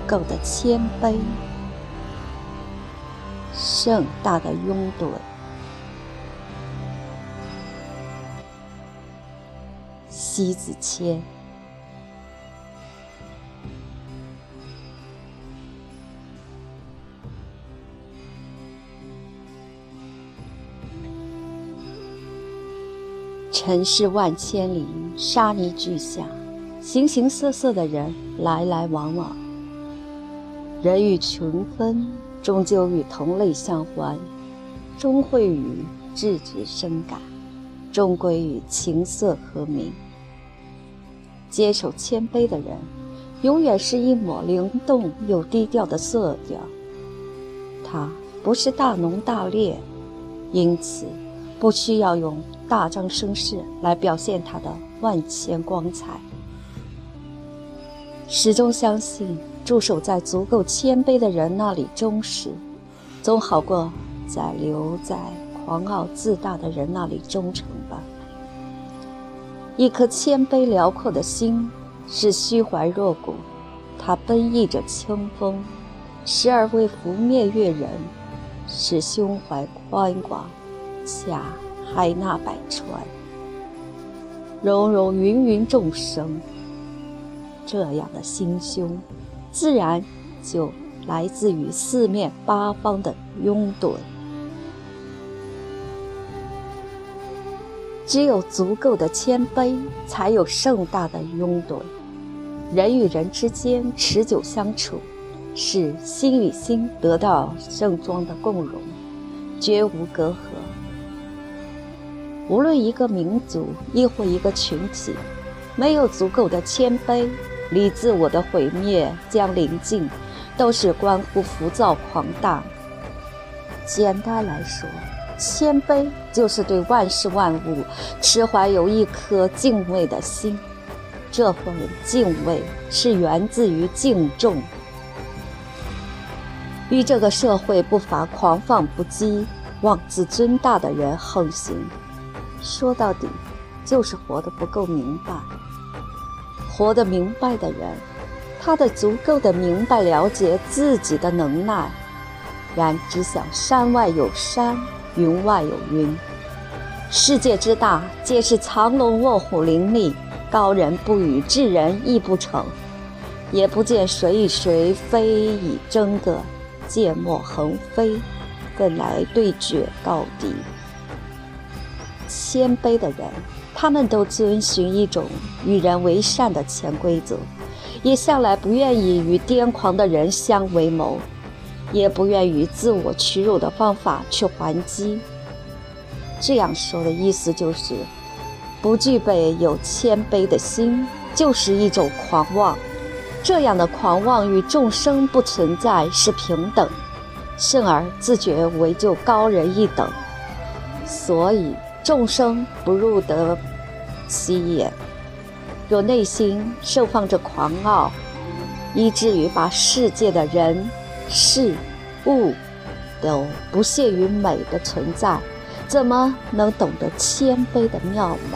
够的谦卑，盛大的拥趸。西子谦。尘世万千里，沙泥俱下，形形色色的人来来往往。人与群分，终究与同类相还，终会与志值深感，终归与情色和鸣。坚守谦卑的人，永远是一抹灵动又低调的色调。他不是大浓大烈，因此不需要用大张声势来表现他的万千光彩。始终相信，驻守在足够谦卑的人那里忠实，总好过在留在狂傲自大的人那里忠诚吧。一颗谦卑辽阔的心，是虚怀若谷，它奔逸着清风，时而为拂灭越人，使胸怀宽广，恰海纳百川，融融芸芸众生。这样的心胸，自然就来自于四面八方的拥趸。只有足够的谦卑，才有盛大的拥趸。人与人之间持久相处，是心与心得到盛装的共融，绝无隔阂。无论一个民族亦或一个群体，没有足够的谦卑，离自我的毁灭将临近，都是关乎浮躁狂大。简单来说，谦卑就是对万事万物持怀有一颗敬畏的心，这份敬畏是源自于敬重。与这个社会不乏狂放不羁、妄自尊大的人横行，说到底就是活得不够明白。活得明白的人，他得足够的明白了解自己的能耐，然只想山外有山，云外有云。世界之大，皆是藏龙卧虎林立，高人不语，智人亦不成。也不见谁与谁非以争个芥末横飞，更来对决高低。谦卑的人，他们都遵循一种与人为善的潜规则，也向来不愿意与癫狂的人相为谋，也不愿与自我屈辱的方法去还击。这样说的意思就是，不具备有谦卑的心，就是一种狂妄。这样的狂妄与众生不存在是平等，甚而自觉为就高人一等，所以众生不入得其眼。若内心盛放着狂傲，以至于把世界的人事物都不屑于美的存在，怎么能懂得谦卑的妙美？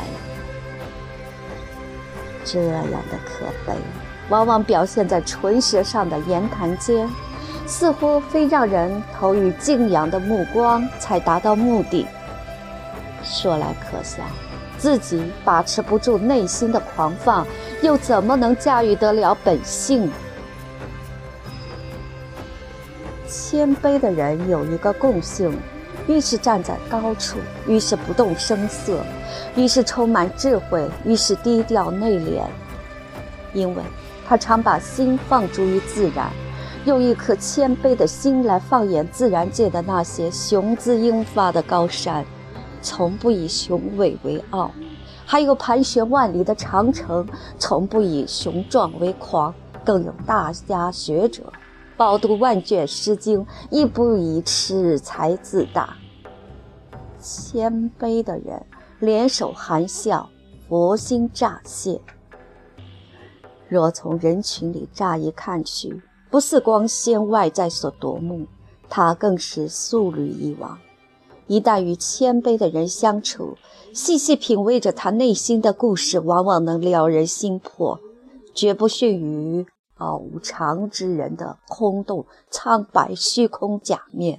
这样的可悲，往往表现在唇舌上的言谈间，似乎非让人投予敬仰的目光才达到目的。说来可笑，自己把持不住内心的狂放，又怎么能驾驭得了本性？谦卑的人有一个共性，愈是站在高处，愈是不动声色，愈是充满智慧，愈是低调内敛。因为他常把心放诸于自然，用一颗谦卑的心来放眼自然界的那些雄姿英发的高山，从不以雄伟为傲；还有盘旋万里的长城，从不以雄壮为狂；更有大家学者饱读万卷诗经，亦不以恃才自大。谦卑的人联手含笑，佛心乍现。若从人群里乍一看去，不似光鲜外在所夺目，他更是素履以往。一旦与谦卑的人相处，细细品味着他内心的故事，往往能撩人心魄，绝不逊于傲无常之人的空洞、苍白、虚空假面。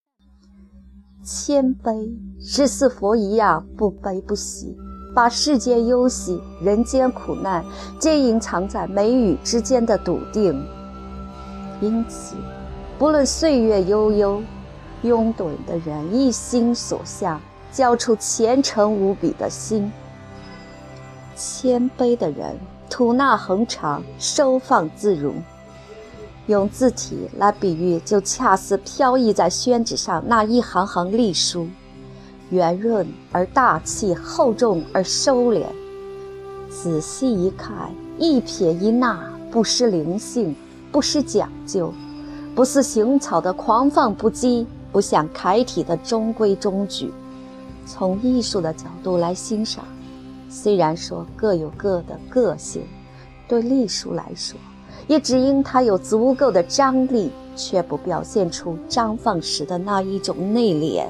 谦卑是似佛一样不悲不喜，把世间忧喜、人间苦难皆隐藏在眉宇之间的笃定。因此，不论岁月悠悠，拥趸的人一心所向，交出虔诚无比的心。谦卑的人吐纳恒长，收放自如。用字体来比喻，就恰似飘逸在宣纸上那一行行隶书，圆润而大气，厚重而收敛。仔细一看，一撇一捺，不失灵性，不失讲究，不似行草的狂放不羁，不像楷体的中规中矩。从艺术的角度来欣赏，虽然说各有各的个性，对隶书来说，也只因它有足够的张力，却不表现出张放时的那一种内敛。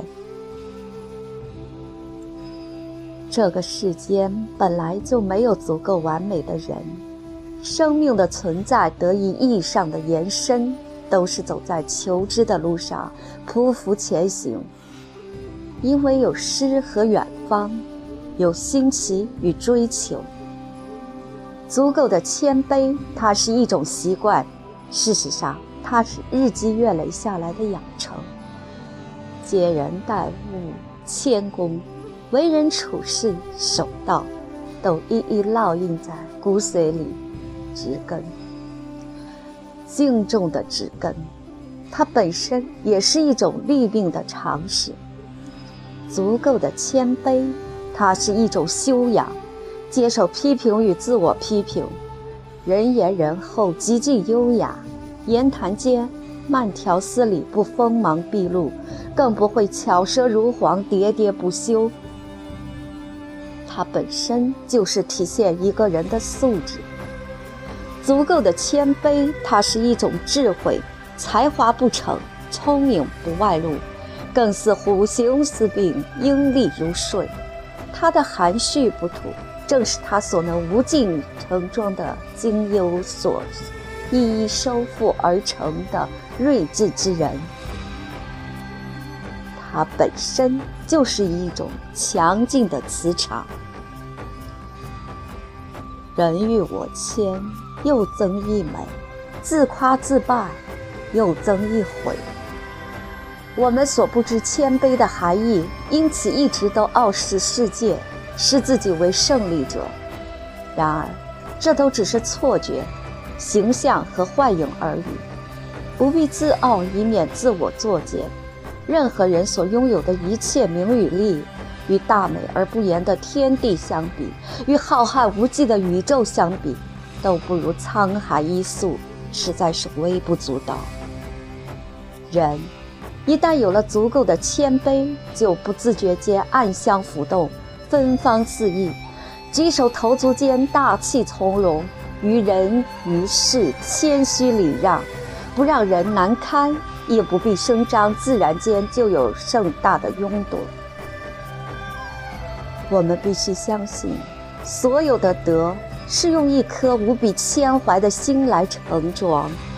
这个世间本来就没有足够完美的人，生命的存在得以意义上的延伸，都是走在求知的路上，匍匐前行。因为有诗和远方，有新奇与追求。足够的谦卑，它是一种习惯，事实上它是日积月累下来的养成。接人待物、谦恭、为人处事、守道，都一一烙印在骨髓里，植根。敬重的植根，它本身也是一种立命的常识。足够的谦卑，它是一种修养，接受批评与自我批评，人言人后，极尽优雅，言谈间慢条斯理，不锋芒毕露，更不会巧舌如簧，喋喋不休。它本身就是体现一个人的素质。足够的谦卑，它是一种智慧，才华不逞，聪明不外露，更似虎行似病，鹰立如睡。它的含蓄不吐，正是他所能无尽盛装的经由所一一收复而成的睿智之人。它本身就是一种强劲的磁场。人欲我谦，又增一美；自夸自败，又增一悔。我们所不知谦卑的含义，因此一直都傲视世界，视自己为胜利者。然而，这都只是错觉、形象和幻影而已。不必自傲，以免自我作践。任何人所拥有的一切名与利，与大美而不言的天地相比，与浩瀚无际的宇宙相比，都不如沧海一粟，实在是微不足道。人一旦有了足够的谦卑，就不自觉间暗香浮动，芬芳四溢，举手投足间大气从容，于人于事谦虚礼让，不让人难堪，也不必声张，自然间就有盛大的拥趸。我们必须相信，所有的德是用一颗无比谦怀的心来盛装。